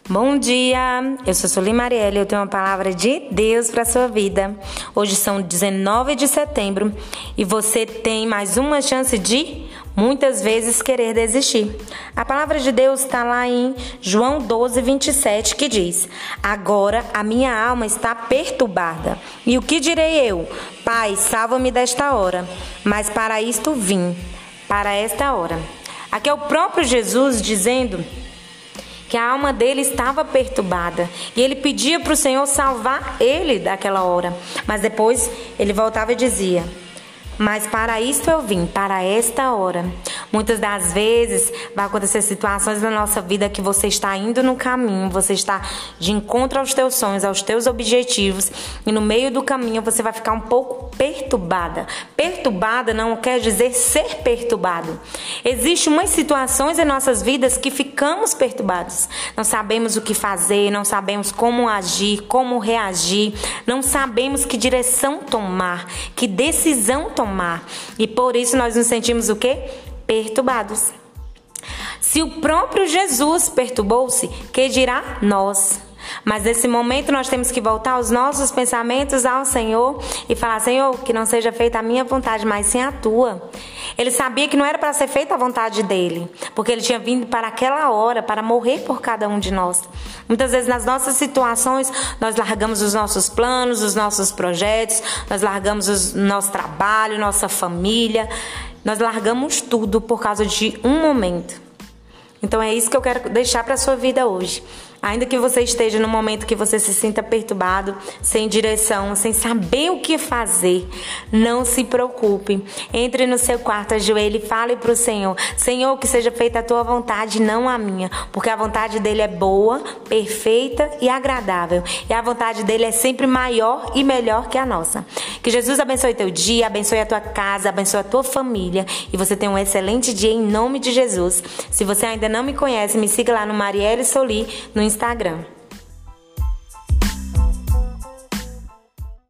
Bom dia, eu sou Sueli Marielle e eu tenho uma palavra de Deus para a sua vida. Hoje são 19 de setembro e você tem mais uma chance de muitas vezes querer desistir. A palavra de Deus está lá em João 12, 27, que diz: agora a minha alma está perturbada. E o que direi eu? Pai, salva-me desta hora. Mas para isto vim, para esta hora. Aqui é o próprio Jesus dizendo que a alma dele estava perturbada e ele pedia para o Senhor salvar ele daquela hora. Mas depois ele voltava e dizia: mas para isto eu vim, para esta hora. Muitas das vezes vai acontecer situações na nossa vida que você está indo no caminho, você está de encontro aos teus sonhos, aos teus objetivos, e no meio do caminho você vai ficar um pouco perturbada. Perturbada não quer dizer ser perturbado. Existem umas situações em nossas vidas que ficamos perturbados. Não sabemos o que fazer, não sabemos como agir, como reagir, não sabemos que direção tomar, que decisão tomar. E por isso nós nos sentimos o quê? Perturbados. Se o próprio Jesus perturbou-se, que dirá nós? Mas nesse momento nós temos que voltar os nossos pensamentos ao Senhor e falar: Senhor, que não seja feita a minha vontade, mas sim a tua. Ele sabia que não era para ser feita a vontade dele, porque ele tinha vindo para aquela hora, para morrer por cada um de nós. Muitas vezes nas nossas situações, nós largamos os nossos planos, os nossos projetos, nós largamos o nosso trabalho, nossa família, nós largamos tudo por causa de um momento. Então é isso que eu quero deixar para a sua vida hoje. Ainda que você esteja num momento que você se sinta perturbado, sem direção, sem saber o que fazer, não se preocupe. Entre no seu quarto, ajoelhe e fale para o Senhor: Senhor, que seja feita a tua vontade, não a minha. Porque a vontade dele é boa, perfeita e agradável. E a vontade dele é sempre maior e melhor que a nossa. Que Jesus abençoe teu dia, abençoe a tua casa, abençoe a tua família. E você tenha um excelente dia em nome de Jesus. Se você ainda não me conhece, me siga lá no Marielle Soli no Instagram.